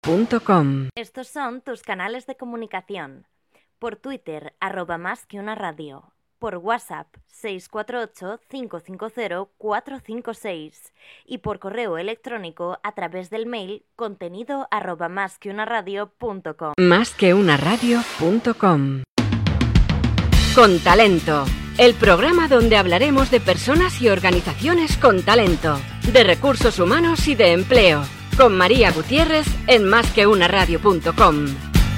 masqueunaradio.com. Estos son tus canales de comunicación. Por Twitter, @masqueunaradio. Por WhatsApp, 648-550-456. Y por correo electrónico a través del mail contenido@masqueunaradio.com. masqueunaradio.com. Con talento. El programa donde hablaremos de personas y organizaciones con talento, de recursos humanos y de empleo. Con María Gutiérrez en masqueunaradio.com.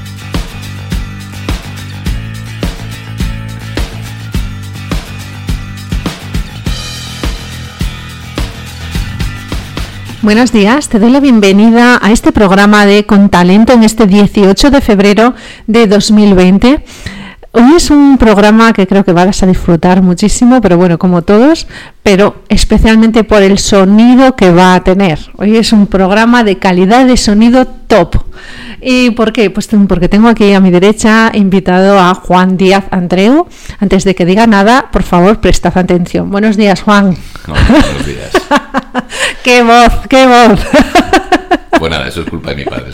Buenos días, te doy la bienvenida a este programa de Con Talento en este 18 de febrero de 2020. Hoy es un programa que creo que vas a disfrutar muchísimo, pero bueno, como todos, pero especialmente por el sonido que va a tener. Hoy es un programa de calidad de sonido top. ¿Y por qué? Pues porque tengo aquí a mi derecha invitado a Juan Díaz Andreu. Antes de que diga nada, por favor, prestad atención. Buenos días, Juan. Buenos días. ¡Qué voz, qué voz! Pues nada, eso es culpa de mi padre.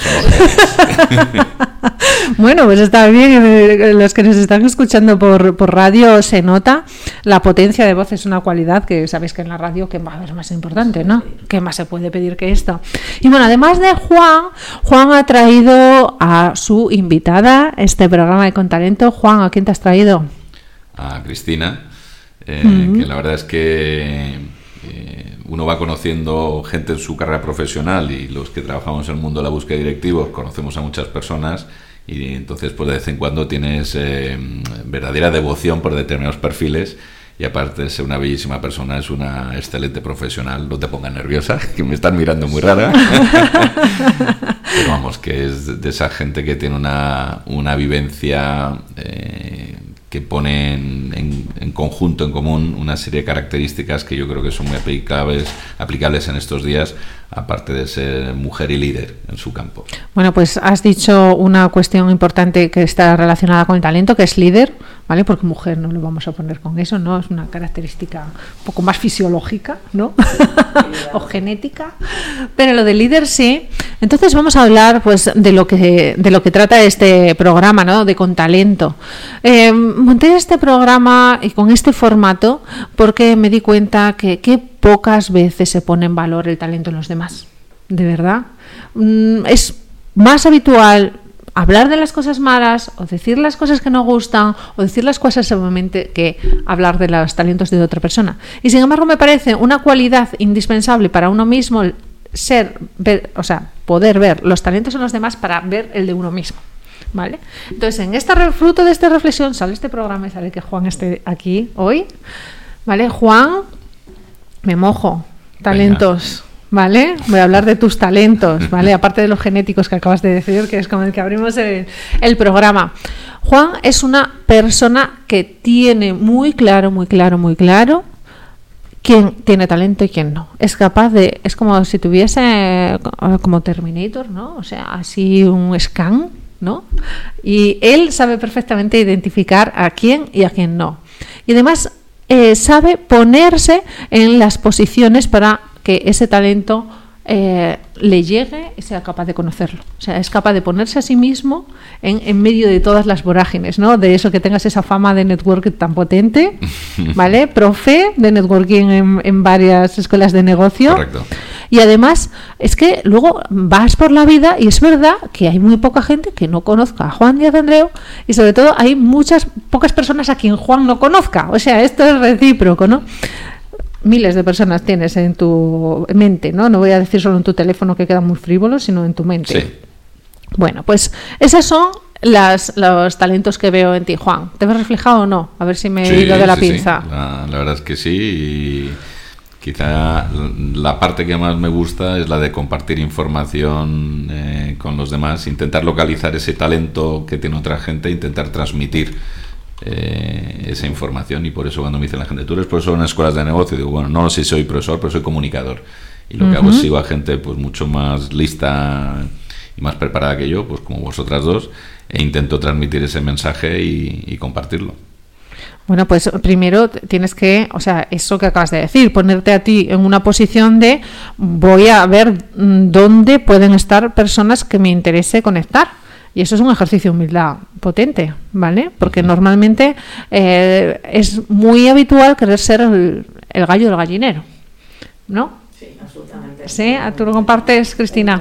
Bueno, pues está bien. Los que nos están escuchando por radio se nota. La potencia de voz es una cualidad que sabéis que en la radio que va a haber más importante, ¿no? ¿Qué más se puede pedir que esto? Y bueno, además de Juan ha traído a su invitada este programa de Con Talento. Juan, ¿a quién te has traído? A Cristina, que la verdad es que uno va conociendo gente en su carrera profesional y los que trabajamos en el mundo de la búsqueda de directivos conocemos a muchas personas y entonces pues de vez en cuando tienes verdadera devoción por determinados perfiles y aparte de ser una bellísima persona es una excelente profesional. No te pongas nerviosa, que me están mirando muy rara. Pero vamos, que es de esa gente que tiene una vivencia que pone en conjunto, en común, una serie de características que yo creo que son muy aplicables en estos días, aparte de ser mujer y líder en su campo. Bueno, pues has dicho una cuestión importante que está relacionada con el talento, que es líder, ¿vale? Porque mujer no lo vamos a poner con eso, ¿no? Es una característica un poco más fisiológica, ¿no? O genética. Pero lo de líder sí. Entonces vamos a hablar pues de lo que trata este programa, ¿no? De Con Talento. Monté este programa y con este formato porque me di cuenta que pocas veces se pone en valor el talento en los demás. De verdad. Es más habitual hablar de las cosas malas o decir las cosas que no gustan o decir las cosas solamente que hablar de los talentos de otra persona. Y sin embargo me parece una cualidad indispensable para uno mismo poder ver los talentos en los demás para ver el de uno mismo. ¿Vale? Entonces, en fruto de esta reflexión sale este programa y sale que Juan esté aquí hoy. ¿Vale? Juan, me mojo. Talentos. ¿Vale? Voy a hablar de tus talentos, ¿vale? Aparte de los genéticos que acabas de decir, que es con el que abrimos el programa. Juan es una persona que tiene muy claro quién tiene talento y quién no. Es como si tuviese como Terminator, ¿no? O sea, así un scan, ¿no? Y él sabe perfectamente identificar a quién y a quién no. Y además sabe ponerse en las posiciones para que ese talento le llegue y sea capaz de conocerlo. O sea, es capaz de ponerse a sí mismo en medio de todas las vorágines, ¿no? De eso que tengas esa fama de networking tan potente, ¿vale? Profe de networking en varias escuelas de negocio. Correcto. Y además es que luego vas por la vida y es verdad que hay muy poca gente que no conozca a Juan Díaz Andreu y sobre todo hay pocas personas a quien Juan no conozca. O sea, esto es recíproco, ¿no? Miles de personas tienes en tu mente, ¿no? No voy a decir solo en tu teléfono que queda muy frívolo, sino en tu mente. Sí. Bueno, pues esos son los talentos que veo en ti, Juan. ¿Te ves reflejado o no? A ver si me he ido de la pinza. Sí. La verdad es que sí. Y quizá la parte que más me gusta es la de compartir información con los demás, intentar localizar ese talento que tiene otra gente, intentar transmitir esa información. Y por eso cuando me dicen la gente, tú eres profesor en escuelas de negocio, digo, bueno, no sé si soy profesor, pero soy comunicador y lo que hago es sigo a gente pues mucho más lista y más preparada que yo, pues como vosotras dos, e intento transmitir ese mensaje y compartirlo. Bueno, pues primero tienes que, o sea, eso que acabas de decir, ponerte a ti en una posición de voy a ver dónde pueden estar personas que me interese conectar. Y eso es un ejercicio de humildad potente, ¿vale? Porque normalmente es muy habitual querer ser el gallo del gallinero, ¿no? Sí, absolutamente. ¿Sí? ¿Tú lo compartes, Cristina?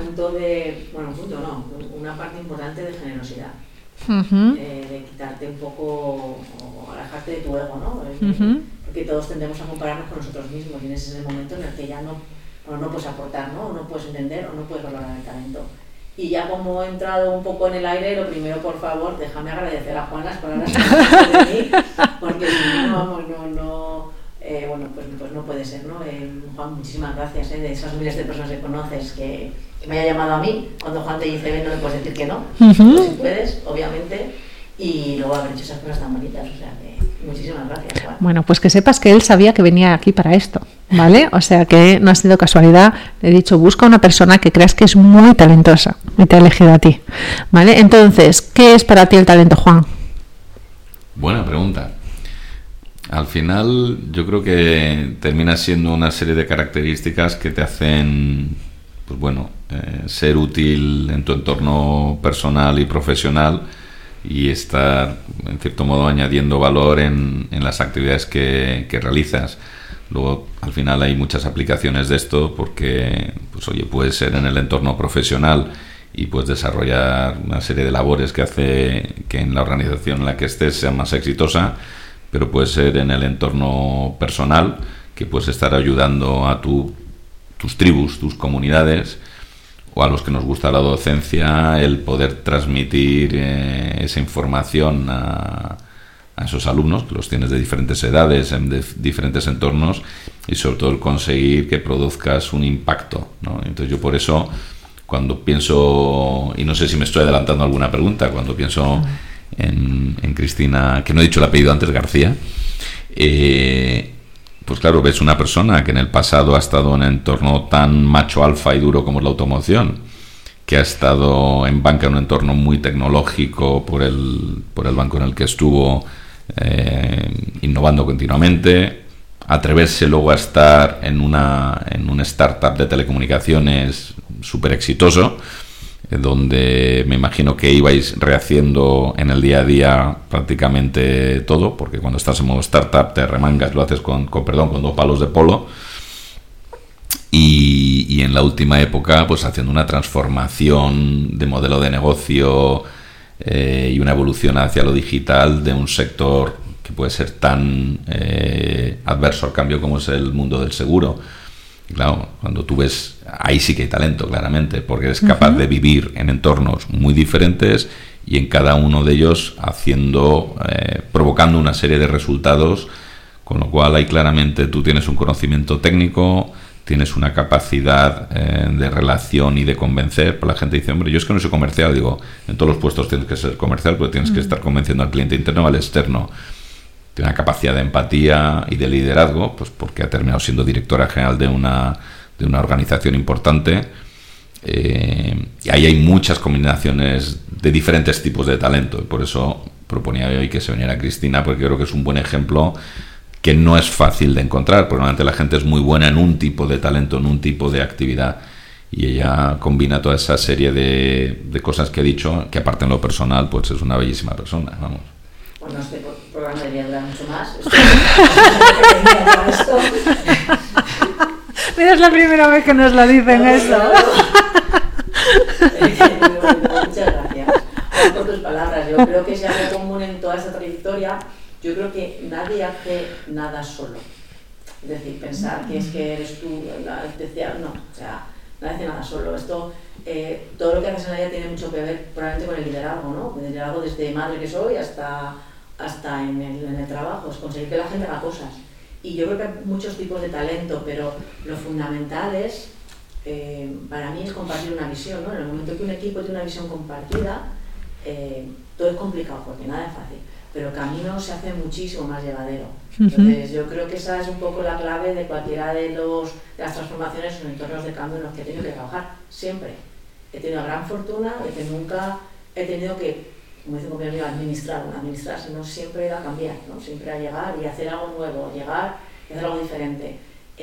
Una parte importante de generosidad. De quitarte un poco, o alejarte de tu ego, ¿no? Porque todos tendemos a compararnos con nosotros mismos y en ese es el momento en el que ya no puedes aportar, ¿no? O no puedes entender o no puedes valorar el talento. Y ya como he entrado un poco en el aire, lo primero, por favor, déjame agradecer a Juan las palabras que de mí, porque si no, vamos, pues no puede ser, ¿no? Juan, muchísimas gracias, de esas miles de personas que conoces que me haya llamado a mí. Cuando Juan te dice ven, no le puedes decir que no, pues si puedes, obviamente, y luego haber hecho esas cosas tan bonitas, o sea que muchísimas gracias, Juan. Bueno, pues que sepas que él sabía que venía aquí para esto, ¿vale? O sea que no ha sido casualidad. Le he dicho, busca una persona que creas que es muy talentosa y te ha elegido a ti, ¿vale? Entonces, ¿qué es para ti el talento, Juan? Buena pregunta. Al final yo creo que termina siendo una serie de características que te hacen, pues bueno, ser útil en tu entorno personal y profesional y estar, en cierto modo, añadiendo valor en las actividades que realizas. Luego, al final hay muchas aplicaciones de esto porque, pues oye, puede ser en el entorno profesional y puedes desarrollar una serie de labores que hace que en la organización en la que estés sea más exitosa, pero puede ser en el entorno personal, que puedes estar ayudando a tus tribus, tus comunidades, o a los que nos gusta la docencia, el poder transmitir esa información a esos alumnos, que los tienes de diferentes edades, en diferentes entornos, y sobre todo el conseguir que produzcas un impacto, ¿no? Entonces yo por eso, cuando pienso, y no sé si me estoy adelantando a alguna pregunta, cuando pienso en Cristina, que no he dicho el apellido antes, García, pues claro, ves una persona que en el pasado ha estado en un entorno tan macho alfa y duro como es la automoción, que ha estado en banca en un entorno muy tecnológico por el banco en el que estuvo, innovando continuamente, atreverse luego a estar en un startup de telecomunicaciones súper exitoso, donde me imagino que ibais rehaciendo en el día a día prácticamente todo, porque cuando estás en modo startup te remangas, lo haces con 2 palos de polo, y en la última época pues haciendo una transformación de modelo de negocio y una evolución hacia lo digital de un sector que puede ser tan adverso al cambio como es el mundo del seguro. Claro, cuando tú ves, ahí sí que hay talento, claramente, porque eres capaz de vivir en entornos muy diferentes y en cada uno de ellos provocando una serie de resultados, con lo cual ahí claramente tú tienes un conocimiento técnico, tienes una capacidad de relación y de convencer. Pues la gente dice, hombre, yo es que no soy comercial. Digo, en todos los puestos tienes que ser comercial, porque tienes que estar convenciendo al cliente interno o al externo. Tiene una capacidad de empatía y de liderazgo, pues porque ha terminado siendo directora general de una organización importante. Y ahí hay muchas combinaciones de diferentes tipos de talento, y por eso proponía hoy que se viniera Cristina, porque creo que es un buen ejemplo que no es fácil de encontrar, porque normalmente la gente es muy buena en un tipo de talento, en un tipo de actividad, y ella combina toda esa serie de cosas que he dicho, que aparte en lo personal pues es una bellísima persona, vamos. Bueno, este programa debería durar mucho más. Mira, es la primera vez que nos lo dicen eso. Muchas gracias por tus palabras. Yo creo que es algo común en toda esta trayectoria. Yo creo que nadie hace nada solo. Es decir, pensar que es que eres tú la especial, no. O sea, nadie hace nada solo. Esto, todo lo que haces en la vida tiene mucho que ver probablemente con el liderazgo, ¿no? El liderazgo desde madre que soy hasta en el trabajo, es conseguir que la gente haga cosas. Y yo creo que hay muchos tipos de talento, pero lo fundamental es, para mí, es compartir una visión, ¿no? En el momento que un equipo tiene una visión compartida, todo es complicado, porque nada es fácil, pero el camino se hace muchísimo más llevadero. Entonces, yo creo que esa es un poco la clave de cualquiera de las transformaciones en entornos de cambio en los que he tenido que trabajar. Siempre. He tenido la gran fortuna de que nunca he tenido que como dice un compañero mío, administrar, sino siempre a cambiar, ¿no? Siempre a llegar y hacer algo nuevo, llegar y hacer algo diferente.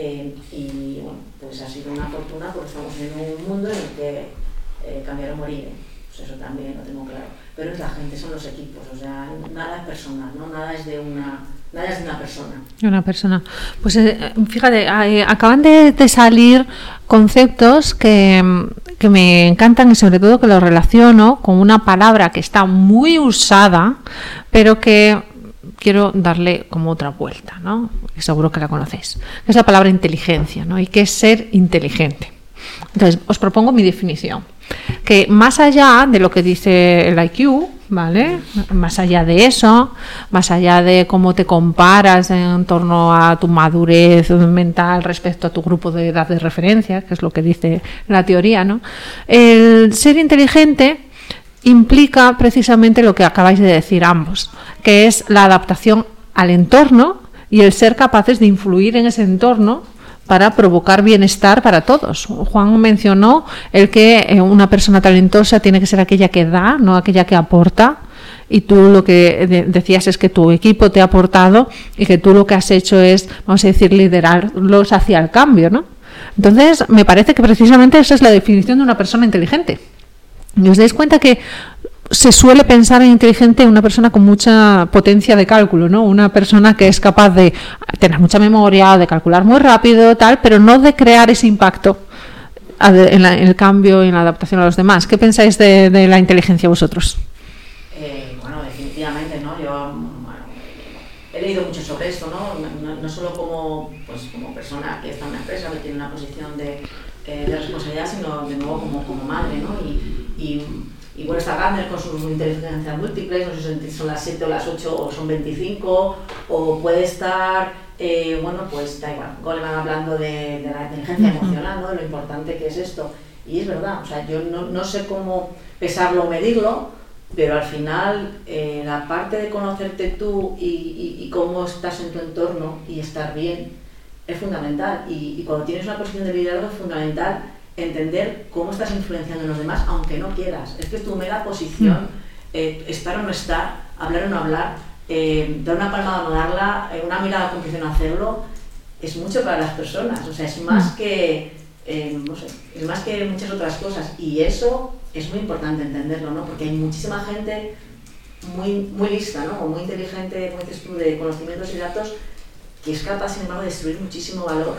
Y bueno, pues ha sido una fortuna porque estamos en un mundo en el que cambiar o morir, pues eso también lo tengo claro. Pero es la gente, son los equipos, o sea, nada es personal, ¿no? Nada es de una persona. Una persona. Pues fíjate, acaban de salir conceptos que me encantan y sobre todo que los relaciono con una palabra que está muy usada, pero que quiero darle como otra vuelta, ¿no? Seguro que la conocéis. Es la palabra inteligencia, ¿no? Y qué es ser inteligente. Entonces, os propongo mi definición. Que más allá de lo que dice el IQ, ¿vale? Más allá de eso, más allá de cómo te comparas en torno a tu madurez mental respecto a tu grupo de edad de referencia, que es lo que dice la teoría, ¿no? El ser inteligente implica precisamente lo que acabáis de decir ambos, que es la adaptación al entorno y el ser capaces de influir en ese entorno para provocar bienestar para todos. Juan mencionó el que una persona talentosa tiene que ser aquella que da, no aquella que aporta, y tú lo que decías es que tu equipo te ha aportado y que tú lo que has hecho es, vamos a decir, liderarlos hacia el cambio, ¿no? Entonces, me parece que precisamente esa es la definición de una persona inteligente. Y os dais cuenta que se suele pensar en inteligente una persona con mucha potencia de cálculo, ¿no? Una persona que es capaz de tener mucha memoria, de calcular muy rápido, tal, pero no de crear ese impacto en el cambio y en la adaptación a los demás. ¿Qué pensáis de la inteligencia vosotros? Bueno, definitivamente, ¿no? Yo he leído mucho sobre esto, ¿no? No solo como persona que está en una empresa, que tiene una posición de responsabilidad, sino de nuevo como madre, ¿no? Y bueno, está Gardner con sus inteligencias múltiples, no sé si son las 7 o las 8 o son 25, o puede estar, pues da igual, Goleman hablando de la inteligencia emocional, ¿no? De lo importante que es esto. Y es verdad, o sea, yo no sé cómo pesarlo o medirlo, pero al final la parte de conocerte tú y cómo estás en tu entorno y estar bien es fundamental. Y cuando tienes una posición de liderazgo es fundamental entender cómo estás influenciando en los demás, aunque no quieras. Es que tu mera posición, estar o no estar, hablar o no hablar, dar una palmada o no darla, una mirada cómplice o no hacerlo, es mucho para las personas. O sea, es más que, es más que muchas otras cosas. Y eso es muy importante entenderlo, ¿no? Porque hay muchísima gente muy lista, ¿no? O muy inteligente, como dices tú, de conocimientos y datos, que es capaz, sin embargo, de destruir muchísimo valor.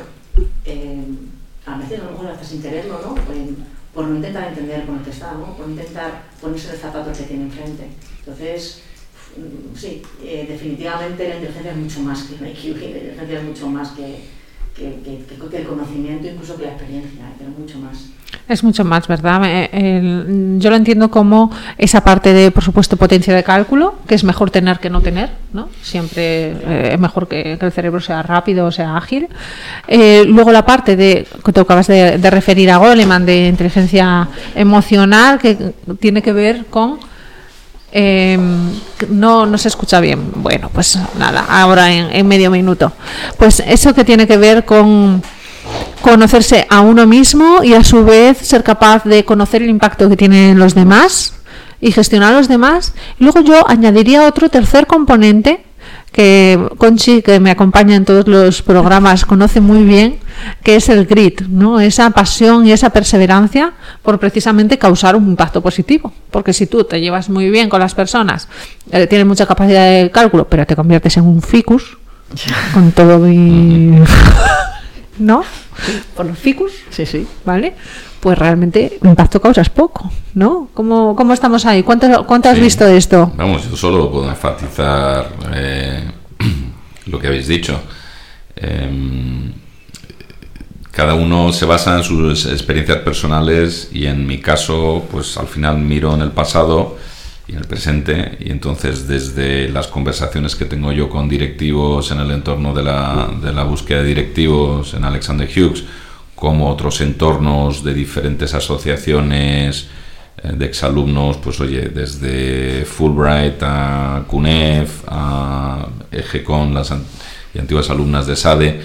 A veces a lo mejor hasta sin quererlo, ¿no? Por no intentar entender con el que está, ¿no? Por intentar ponerse el zapato que tiene enfrente. Entonces, sí, definitivamente la inteligencia es mucho más que el IQ, la inteligencia es mucho más que el conocimiento, incluso que la experiencia, pero mucho más. Es mucho más, ¿verdad? Yo lo entiendo como esa parte de, por supuesto, potencia de cálculo, que es mejor tener que no tener, ¿no? Siempre es mejor que el cerebro sea rápido o sea ágil. Luego la parte que te acabas de referir a Goleman, de inteligencia emocional, que tiene que ver con... no se escucha bien. Bueno, pues nada, ahora en medio minuto. Pues eso que tiene que ver con conocerse a uno mismo y a su vez ser capaz de conocer el impacto que tienen los demás y gestionar a los demás. Y luego yo añadiría otro tercer componente que Conchi, que me acompaña en todos los programas, conoce muy bien, que es el grit, ¿no? Esa pasión y esa perseverancia por precisamente causar un impacto positivo. Porque si tú te llevas muy bien con las personas, tienes mucha capacidad de cálculo, pero te conviertes en un ficus, con todo mi... ¿no? Por los ficus, sí, ¿vale? Pues realmente impacto causas poco, ¿no? ¿Cómo estamos ahí? ¿Cuánto has visto de esto? Vamos, yo solo puedo enfatizar lo que habéis dicho. Cada uno se basa en sus experiencias personales y en mi caso, pues al final miro en el pasado y en el presente, y entonces desde las conversaciones que tengo yo con directivos en el entorno de la búsqueda de directivos en Alexander Hughes, como otros entornos de diferentes asociaciones de exalumnos, pues oye, desde Fulbright a CUNEF, a EGECON, las antiguas alumnas de SADE,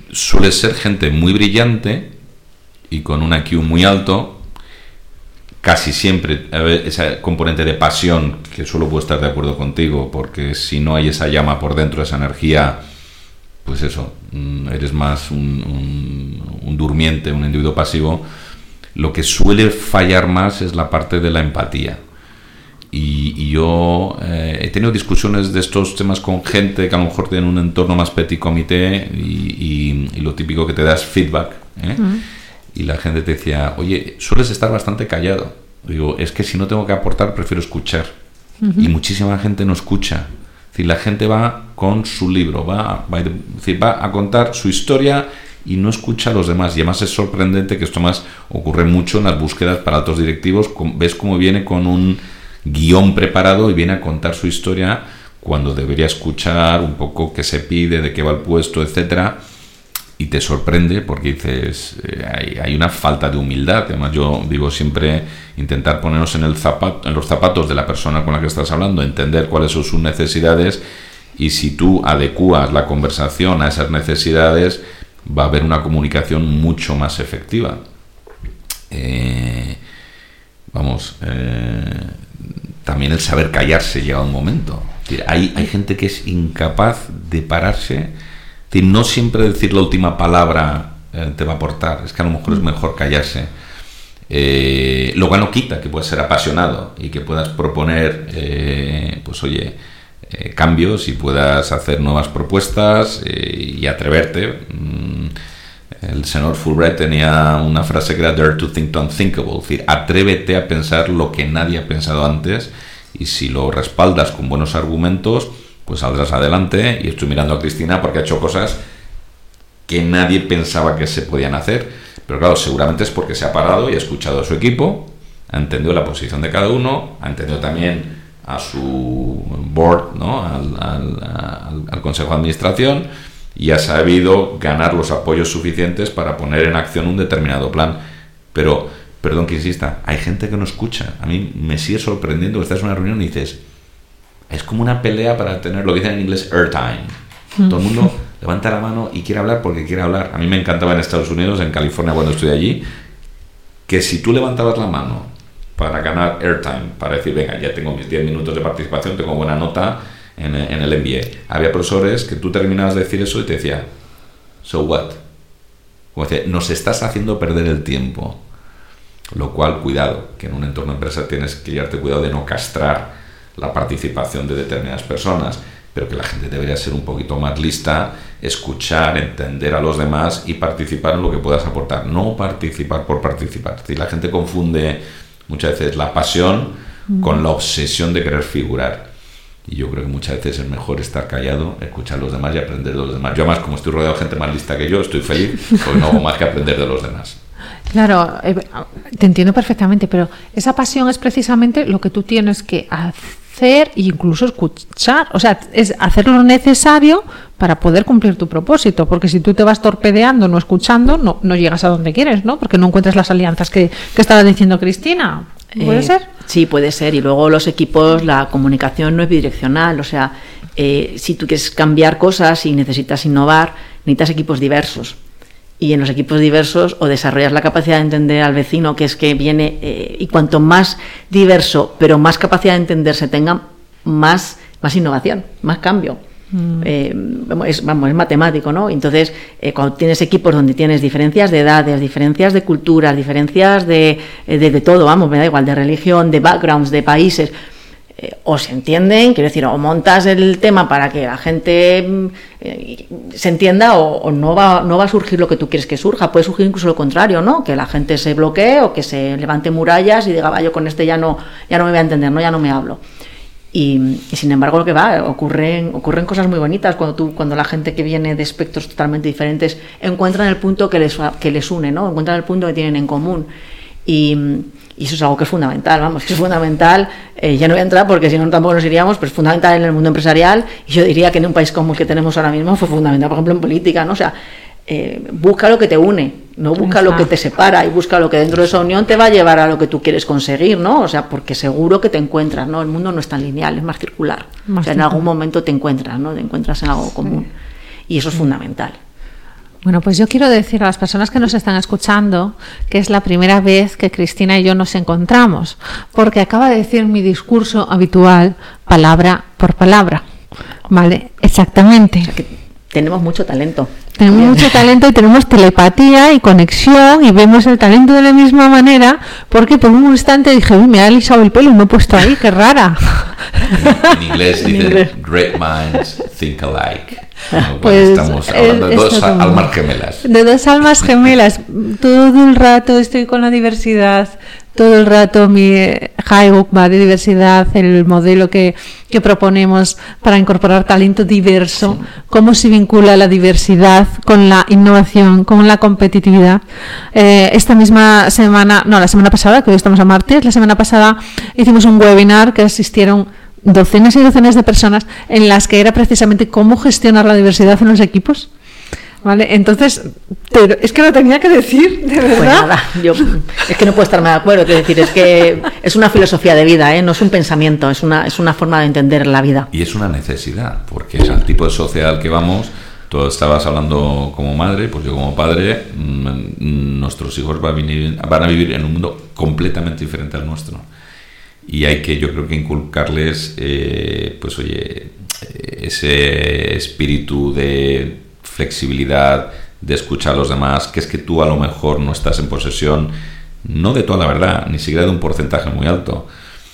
suele ser gente muy brillante y con un IQ muy alto, casi siempre, ese componente de pasión, que solo puedo estar de acuerdo contigo, porque si no hay esa llama por dentro, esa energía, pues eso, eres más un durmiente, un individuo pasivo. Lo que suele fallar más es la parte de la empatía. Y yo he tenido discusiones de estos temas con gente que a lo mejor tiene un entorno más petit comité y lo típico que te das feedback, y la gente te decía, oye, sueles estar bastante callado. Digo, es que si no tengo que aportar, prefiero escuchar. Y muchísima gente no escucha. Es decir, la gente va con su libro, va a contar su historia y no escucha a los demás. Y además es sorprendente que esto más ocurre mucho en las búsquedas para altos directivos. Ves cómo viene con un guión preparado y viene a contar su historia cuando debería escuchar un poco qué se pide, de qué va el puesto, etcétera, y te sorprende porque dices, hay una falta de humildad. Además, yo digo siempre, intentar ponernos en los zapatos de la persona con la que estás hablando, entender cuáles son sus necesidades, y si tú adecuas la conversación a esas necesidades, va a haber una comunicación mucho más efectiva. También el saber callarse llega un momento. Es decir, hay gente que es incapaz de pararse. Es decir, no siempre decir la última palabra te va a aportar. Es que a lo mejor es mejor callarse. Lo cual no quita que puedas ser apasionado y que puedas proponer, pues oye, cambios y puedas hacer nuevas propuestas y atreverte. El señor Fulbright tenía una frase que era "Dare to think the unthinkable", es decir, atrévete a pensar lo que nadie ha pensado antes, y si lo respaldas con buenos argumentos, pues saldrás adelante. Y estoy mirando a Cristina porque ha hecho cosas que nadie pensaba que se podían hacer, pero claro, seguramente es porque se ha parado y ha escuchado a su equipo, ha entendido la posición de cada uno, ha entendido también a su board, ¿no? al consejo de administración, y ha sabido ganar los apoyos suficientes para poner en acción un determinado plan. Pero, perdón que insista, hay gente que no escucha. A mí me sigue sorprendiendo que estás en una reunión y dices, es como una pelea para tener lo que dicen en inglés airtime. Todo el mundo levanta la mano y quiere hablar porque quiere hablar. A mí me encantaba en Estados Unidos, en California cuando estuve allí, que si tú levantabas la mano para ganar airtime, para decir, venga, ya tengo mis 10 minutos de participación, tengo buena nota en el MBA. Había profesores que tú terminabas de decir eso y te decía, so what? Como decía, nos estás haciendo perder el tiempo. Lo cual, cuidado, que en un entorno empresarial tienes que llevarte cuidado de no castrar la participación de determinadas personas, pero que la gente debería ser un poquito más lista, escuchar, entender a los demás y participar en lo que puedas aportar, no participar por participar. Es decir, la gente confunde muchas veces la pasión con la obsesión de querer figurar. Y yo creo que muchas veces es mejor estar callado, escuchar a los demás y aprender de los demás. Yo, además, como estoy rodeado de gente más lista que yo, estoy feliz, porque no hago más que aprender de los demás. Claro, te entiendo perfectamente, pero esa pasión es precisamente lo que tú tienes que hacer e incluso escuchar. O sea, es hacer lo necesario para poder cumplir tu propósito, porque si tú te vas torpedeando, no escuchando, no llegas a donde quieres, ¿no? Porque no encuentras las alianzas que estaba diciendo Cristina. ¿Puede ser? Sí, puede ser. Y luego los equipos, la comunicación no es bidireccional. O sea, si tú quieres cambiar cosas y necesitas innovar, necesitas equipos diversos. Y en los equipos diversos o desarrollas la capacidad de entender al vecino, que es que viene, y cuanto más diverso, pero más capacidad de entenderse tenga, más innovación, más cambio. Es matemático, ¿no? Entonces, cuando tienes equipos donde tienes diferencias de edades, diferencias de culturas, diferencias de todo, vamos, me da igual, de religión, de backgrounds, de países, o se entienden, quiero decir, o montas el tema para que la gente se entienda, o no va a surgir lo que tú quieres que surja. Puede surgir incluso lo contrario, ¿no? Que la gente se bloquee o que se levante murallas y diga, va, yo con este ya no me voy a entender, ¿no? Ya no me hablo. Y sin embargo, lo que ocurren cosas muy bonitas cuando la gente que viene de espectros totalmente diferentes encuentran el punto que les une, ¿no? Encuentran el punto que tienen en común. Y eso es algo que es fundamental, vamos, que es fundamental. Ya no voy a entrar porque si no tampoco nos iríamos, pero es fundamental en el mundo empresarial, y yo diría que en un país como el que tenemos ahora mismo fue fundamental, por ejemplo, en política, ¿no? O sea, busca lo que te une, no busca lo que te separa, y busca lo que dentro de esa unión te va a llevar a lo que tú quieres conseguir, ¿no? O sea, porque seguro que te encuentras, ¿no? El mundo no es tan lineal, es más circular. O sea, en algún momento te encuentras, ¿no? Te encuentras en algo común. Y eso es fundamental. Bueno, pues yo quiero decir a las personas que nos están escuchando que es la primera vez que Cristina y yo nos encontramos, porque acaba de decir mi discurso habitual, palabra por palabra. ¿Vale? Exactamente. O sea que tenemos mucho talento. Tenemos mucho talento y tenemos telepatía y conexión y vemos el talento de la misma manera, porque por un instante dije, uy, me ha alisado el pelo y me he puesto ahí, qué rara. En inglés dicen great minds think alike. Bueno, Pues estamos hablando de dos almas gemelas. De dos almas gemelas. Todo el rato estoy con la diversidad. Todo el rato mi HighHook va de diversidad, el modelo que proponemos para incorporar talento diverso, cómo se vincula la diversidad con la innovación, con la competitividad. Esta misma semana, no, la semana pasada, que hoy estamos a martes, la semana pasada hicimos un webinar que asistieron docenas y docenas de personas en las que era precisamente cómo gestionar la diversidad en los equipos. ¿Vale? Entonces, es que lo tenía que decir, de verdad. Pues nada, yo es que no puedo estarme de acuerdo, es decir, es que es una filosofía de vida, no es un pensamiento, es una forma de entender la vida. Y es una necesidad, porque es el tipo de sociedad al que vamos. Tú estabas hablando como madre, pues yo como padre, nuestros hijos van a vivir en un mundo completamente diferente al nuestro. Y hay que, yo creo que inculcarles, pues oye, ese espíritu de flexibilidad, de escuchar a los demás, que es que tú a lo mejor no estás en posesión, no de toda la verdad, ni siquiera de un porcentaje muy alto,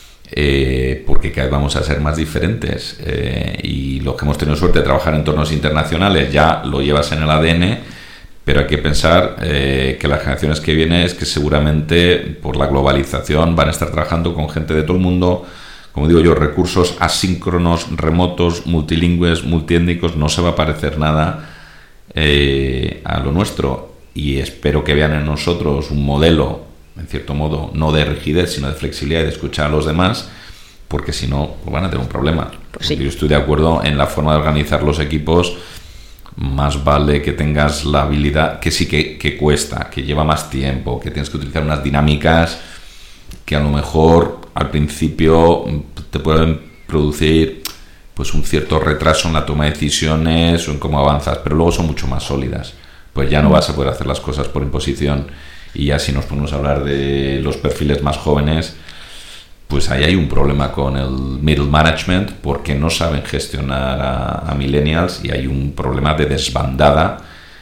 porque cada vez vamos a ser más diferentes, y los que hemos tenido suerte de trabajar en entornos internacionales ya lo llevas en el ADN, pero hay que pensar que las generaciones que vienen es que seguramente por la globalización van a estar trabajando con gente de todo el mundo. Como digo yo, recursos asíncronos, remotos, multilingües, multiétnicos, no se va a parecer nada a lo nuestro, y espero que vean en nosotros un modelo, en cierto modo, no de rigidez, sino de flexibilidad y de escuchar a los demás, porque si no, pues van a tener un problema. Pues sí. Yo estoy de acuerdo en la forma de organizar los equipos. Más vale que tengas la habilidad, que sí que cuesta, que lleva más tiempo, que tienes que utilizar unas dinámicas que a lo mejor al principio te pueden producir pues un cierto retraso en la toma de decisiones o en cómo avanzas, pero luego son mucho más sólidas. Pues ya no vas a poder hacer las cosas por imposición. Y ya si nos ponemos a hablar de los perfiles más jóvenes, pues ahí hay un problema con el middle management, porque no saben gestionar a millennials, y hay un problema de desbandada.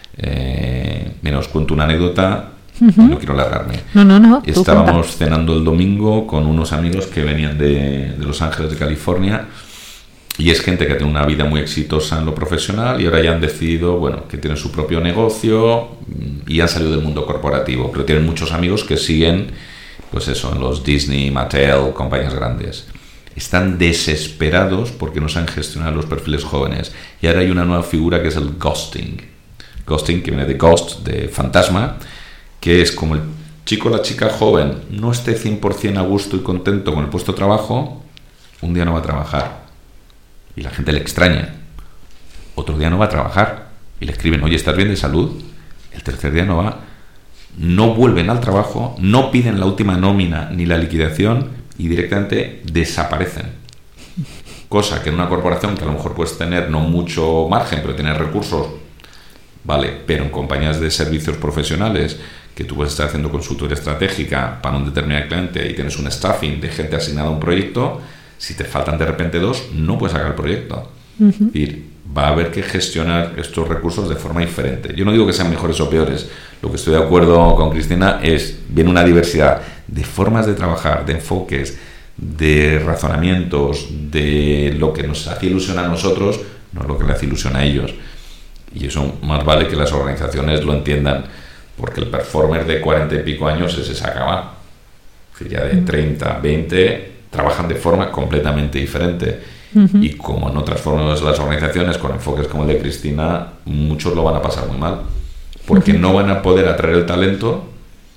Mira, os cuento una anécdota. No quiero alargarme. No. Estábamos cenando el domingo con unos amigos que venían de Los Ángeles, de California, y es gente que tiene una vida muy exitosa en lo profesional y ahora ya han decidido, bueno, que tienen su propio negocio y han salido del mundo corporativo, pero tienen muchos amigos que siguen, pues eso, en los Disney, Mattel, compañías grandes. Están desesperados porque no saben gestionar los perfiles jóvenes, y ahora hay una nueva figura que es el ghosting. Ghosting, que viene de ghost, de fantasma, que es como el chico o la chica joven no esté 100% a gusto y contento con el puesto de trabajo, un día no va a trabajar y la gente le extraña, otro día no va a trabajar y le escriben, oye, ¿estás bien de salud? El tercer día no va, no vuelven al trabajo, no piden la última nómina ni la liquidación y directamente desaparecen. Cosa que en una corporación que a lo mejor puedes tener no mucho margen, pero tienes recursos, vale, pero en compañías de servicios profesionales que tú puedes estar haciendo consultoría estratégica para un determinado cliente y tienes un staffing de gente asignada a un proyecto, si te faltan de repente dos, no puedes sacar el proyecto. Es decir, va a haber que gestionar estos recursos de forma diferente. Yo no digo que sean mejores o peores, lo que estoy de acuerdo con Cristina es, viene una diversidad de formas de trabajar, de enfoques, de razonamientos, de lo que nos hace ilusión a nosotros, no es lo que le hace ilusión a ellos. Y eso más vale que las organizaciones lo entiendan, porque el performer de 40 y pico años ese se acaba. Es decir, ya de 30, 20 trabajan de forma completamente diferente. Y como en otras formas de las organizaciones con enfoques como el de Cristina, muchos lo van a pasar muy mal, porque no van a poder atraer el talento.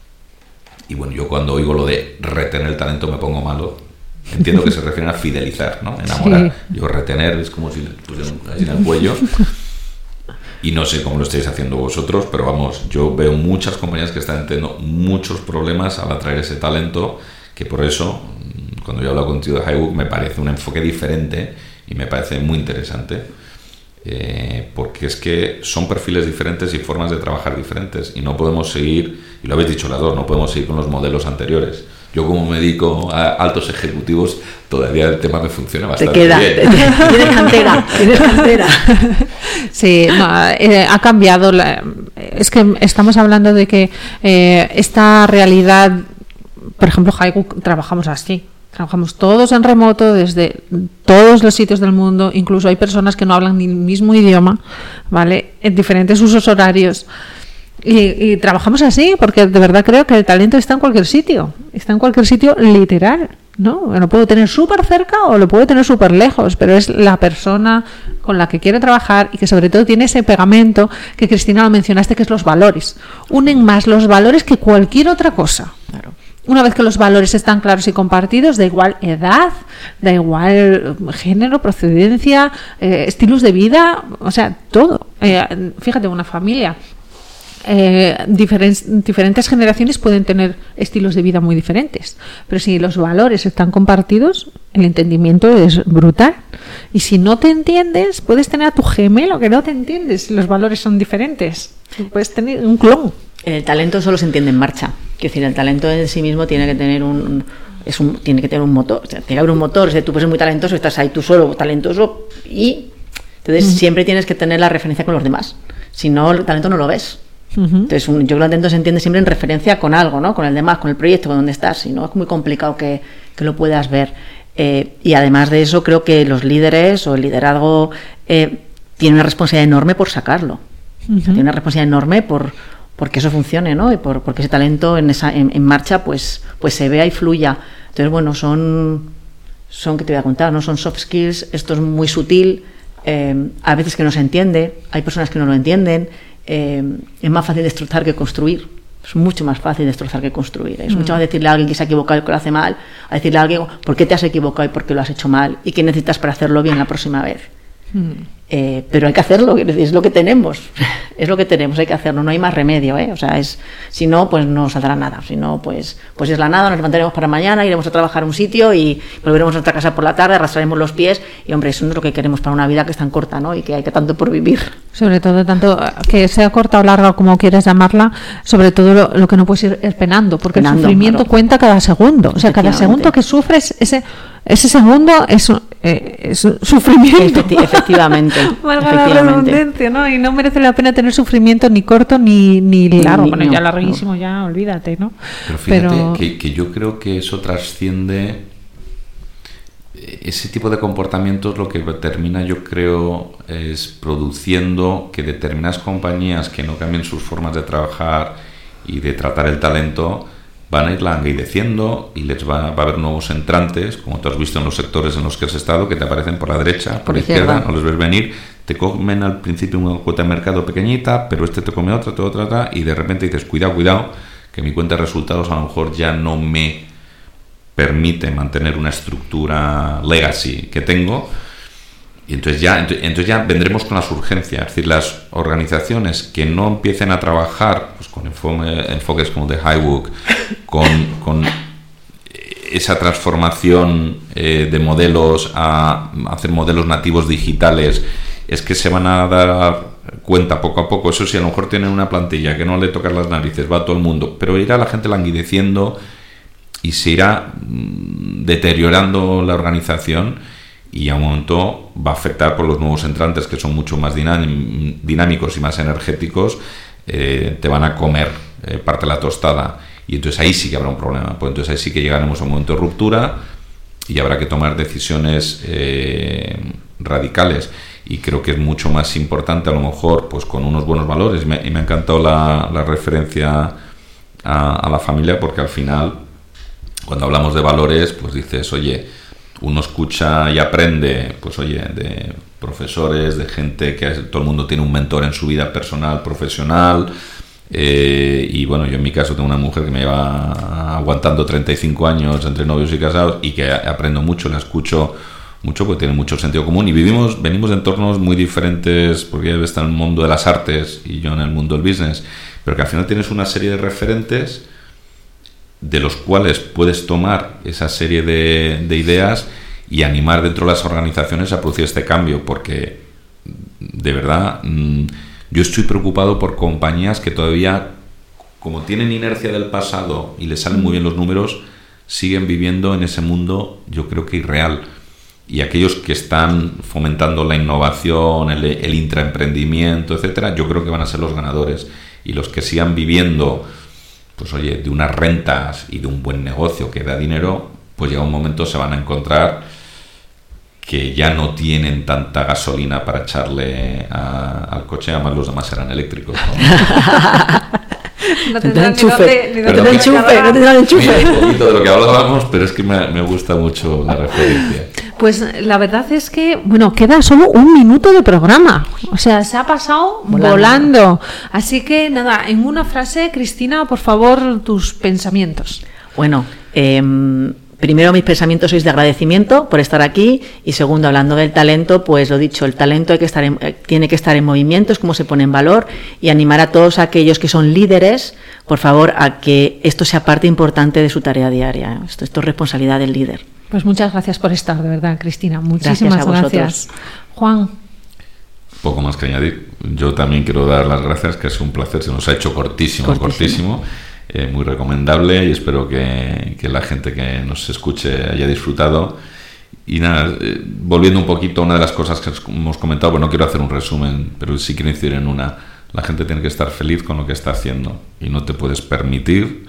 Y bueno, yo cuando oigo lo de retener el talento me pongo malo. Entiendo que se refieren a fidelizar, ¿no? Enamorar. Sí. Yo retener es como si le pusieran así en el cuello. Y no sé cómo lo estáis haciendo vosotros, pero vamos, yo veo muchas compañías que están teniendo muchos problemas al atraer ese talento, que por eso, cuando yo hablo contigo de HighHook, me parece un enfoque diferente y me parece muy interesante. porque es que son perfiles diferentes y formas de trabajar diferentes, y no podemos seguir, y lo habéis dicho las dos, no podemos seguir con los modelos anteriores. Yo, como me dedico a altos ejecutivos, todavía el tema me funciona bastante bien. Tienes cantera. Sí, no, ha cambiado. Es que estamos hablando de que esta realidad, por ejemplo, Highwood, trabajamos así. Trabajamos todos en remoto desde todos los sitios del mundo. Incluso hay personas que no hablan ni el mismo idioma, ¿vale? En diferentes usos horarios. Y trabajamos así porque de verdad creo que el talento está en cualquier sitio. Está en cualquier sitio literal, ¿no? Lo puedo tener súper cerca o lo puedo tener súper lejos, pero es la persona con la que quiere trabajar y que sobre todo tiene ese pegamento que, Cristina, lo mencionaste, que es los valores. Unen más los valores que cualquier otra cosa. Claro. Una vez que los valores están claros y compartidos, da igual edad, da igual género, procedencia, estilos de vida, o sea, todo. Fíjate, una familia. Diferentes generaciones pueden tener estilos de vida muy diferentes, pero si los valores están compartidos, el entendimiento es brutal. Y si no te entiendes, puedes tener a tu gemelo que no te entiendes si los valores son diferentes. Puedes tener un clon. El talento solo se entiende en marcha. Quiero decir, el talento en sí mismo tiene que tener tiene que tener un motor. O sea, tiene que haber un motor. O sea, tú puedes ser muy talentoso, estás ahí tú solo talentoso, y entonces siempre tienes que tener la referencia con los demás. Si no, el talento no lo ves. Entonces, yo creo que el talento se entiende siempre en referencia con algo, ¿no? Con el demás, con el proyecto, con donde estás. Si no, es muy complicado que lo puedas ver. Y además de eso, creo que los líderes o el liderazgo tienen una responsabilidad enorme por sacarlo. O sea, tiene una responsabilidad enorme porque eso funcione, ¿no? Y porque ese talento en marcha pues se vea y fluya. Entonces, bueno, son que te voy a contar, ¿no? Son soft skills. Esto es muy sutil. A veces que no se entiende. Hay personas que no lo entienden. Es más fácil destrozar que construir. Es mucho más fácil destrozar que construir. Es mucho más decirle a alguien que se ha equivocado y que lo hace mal, a decirle a alguien por qué te has equivocado y por qué lo has hecho mal y qué necesitas para hacerlo bien la próxima vez. Pero hay que hacerlo, es lo que tenemos. Es lo que tenemos, hay que hacerlo, no hay más remedio, ¿eh? O sea, si no, pues no saldrá nada. Si no, pues es la nada, nos levantaremos para mañana, iremos a trabajar a un sitio y volveremos a nuestra casa por la tarde, arrastraremos los pies y, hombre, eso no es lo que queremos para una vida que es tan corta, ¿no? Y que hay que tanto por vivir. Sobre todo, tanto que sea corta o larga, como quieras llamarla, sobre todo lo que no puedes ir penando, porque el sufrimiento, claro, cuenta cada segundo. O sea, cada segundo que sufres, ese segundo es sufrimiento. Efectivamente. Valga la redundancia, ¿no? Y no merece la pena tener sufrimiento ni corto ni largo. Bueno, ya larguísimo, ya olvídate, ¿no? Pero fíjate que yo creo que eso trasciende ese tipo de comportamientos. Lo que termina, yo creo, es produciendo que determinadas compañías que no cambien sus formas de trabajar y de tratar el talento van a ir languideciendo y va a haber nuevos entrantes, como tú has visto en los sectores en los que has estado, que te aparecen por la derecha, por la izquierda, no los ves venir, te comen al principio una cuota de mercado pequeñita, pero te come otra, y de repente dices, cuidado, que mi cuenta de resultados a lo mejor ya no me permite mantener una estructura legacy que tengo. Y entonces ya vendremos con las urgencias. Es decir, las organizaciones que no empiecen a trabajar pues, con enfoques como de Highwood, con esa transformación de modelos a hacer modelos nativos digitales, es que se van a dar cuenta poco a poco. Eso sí, a lo mejor tienen una plantilla que no le tocan las narices, va a todo el mundo, pero irá la gente languideciendo y se irá deteriorando la organización. Y a un momento va a afectar por los nuevos entrantes, que son mucho más dinámicos y más energéticos, te van a comer parte de la tostada, y entonces ahí sí que habrá un problema. Pues entonces ahí sí que llegaremos a un momento de ruptura y habrá que tomar decisiones radicales, y creo que es mucho más importante a lo mejor pues con unos buenos valores. Y me ha encantado la referencia a la familia, porque al final cuando hablamos de valores pues dices, oye, uno escucha y aprende, pues oye, de profesores, de gente que todo el mundo tiene un mentor en su vida personal, profesional, y bueno, yo en mi caso tengo una mujer que me lleva aguantando 35 años entre novios y casados, y que aprendo mucho, la escucho mucho porque tiene mucho sentido común, y venimos de entornos muy diferentes, porque ella está en el mundo de las artes y yo en el mundo del business, pero que al final tienes una serie de referentes de los cuales puedes tomar esa serie de ideas y animar dentro de las organizaciones a producir este cambio, porque de verdad, yo estoy preocupado por compañías que todavía, como tienen inercia del pasado y les salen muy bien los números, siguen viviendo en ese mundo, yo creo que irreal. Y aquellos que están fomentando la innovación, el intraemprendimiento, etcétera, yo creo que van a ser los ganadores. Y los que sigan viviendo, pues oye, de unas rentas y de un buen negocio que da dinero, pues llega un momento se van a encontrar que ya no tienen tanta gasolina para echarle al coche, además los demás serán eléctricos, ¿no? No tendrán enchufe. ni No dónde tendrán enchufe. Mira, un poquito de lo que hablábamos, pero es que me gusta mucho la referencia. Pues la verdad es que, bueno, queda solo 1 minuto de programa. O sea, se ha pasado volando. Así que nada, en una frase, Cristina, por favor, tus pensamientos. Bueno, primero mis pensamientos sois de agradecimiento por estar aquí y segundo, hablando del talento, pues lo dicho, el talento tiene que estar en movimiento, es como se pone en valor, y animar a todos aquellos que son líderes, por favor, a que esto sea parte importante de su tarea diaria. Esto es responsabilidad del líder. Pues muchas gracias por estar, de verdad, Cristina. Muchísimas Gracias a vosotros. Juan. Poco más que añadir. Yo también quiero dar las gracias, que es un placer, se nos ha hecho cortísimo. Muy recomendable y espero que la gente que nos escuche haya disfrutado. Y nada, volviendo un poquito a una de las cosas que hemos comentado, pues no quiero hacer un resumen, pero sí quiero incidir en una. La gente tiene que estar feliz con lo que está haciendo y no te puedes permitir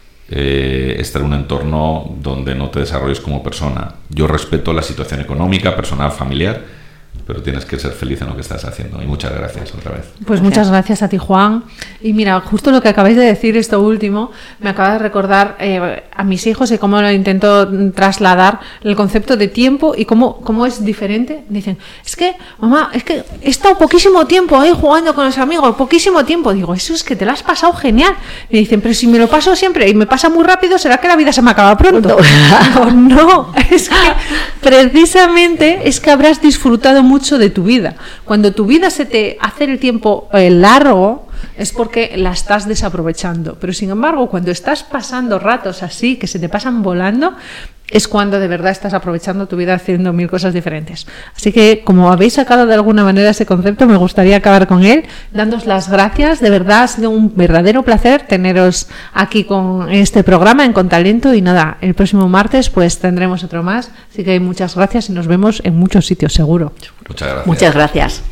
estar en un entorno donde no te desarrolles como persona. Yo respeto la situación económica, personal, familiar, pero tienes que ser feliz en lo que estás haciendo. Y muchas gracias otra vez. Pues muchas gracias a ti, Juan. Y mira, justo lo que acabáis de decir, esto último, me acaba de recordar a mis hijos y cómo lo intento trasladar el concepto de tiempo y cómo es diferente. Dicen, es que, mamá, es que he estado poquísimo tiempo ahí jugando con los amigos, poquísimo tiempo. Digo, eso es que te lo has pasado genial. Me dicen, pero si me lo paso siempre y me pasa muy rápido, ¿será que la vida se me acaba pronto? Digo, no, es que precisamente es que habrás disfrutado mucho de tu vida. Cuando tu vida se te hace el tiempo largo, es porque la estás desaprovechando. Pero sin embargo, cuando estás pasando ratos así, que se te pasan volando, es cuando de verdad estás aprovechando tu vida haciendo 1000 cosas diferentes. Así que, como habéis sacado de alguna manera ese concepto, me gustaría acabar con él, dándos las gracias. De verdad, ha sido un verdadero placer teneros aquí con este programa en Con Talento. Y nada, el próximo martes pues tendremos otro más. Así que muchas gracias y nos vemos en muchos sitios, seguro. Muchas gracias. Muchas gracias.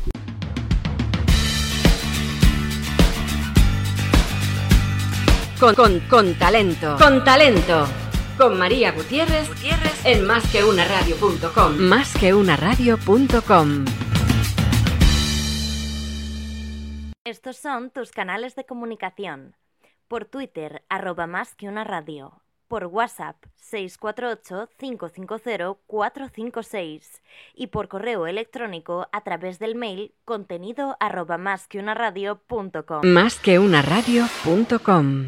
Con talento. Con talento. Con María Gutiérrez en másqueunaradio.com. Másqueunaradio.com. Estos son tus canales de comunicación. Por Twitter, @másqueunaradio. Por WhatsApp, 648-550-456. Y por correo electrónico a través del mail contenido@másqueunaradio.com. Másqueunaradio.com.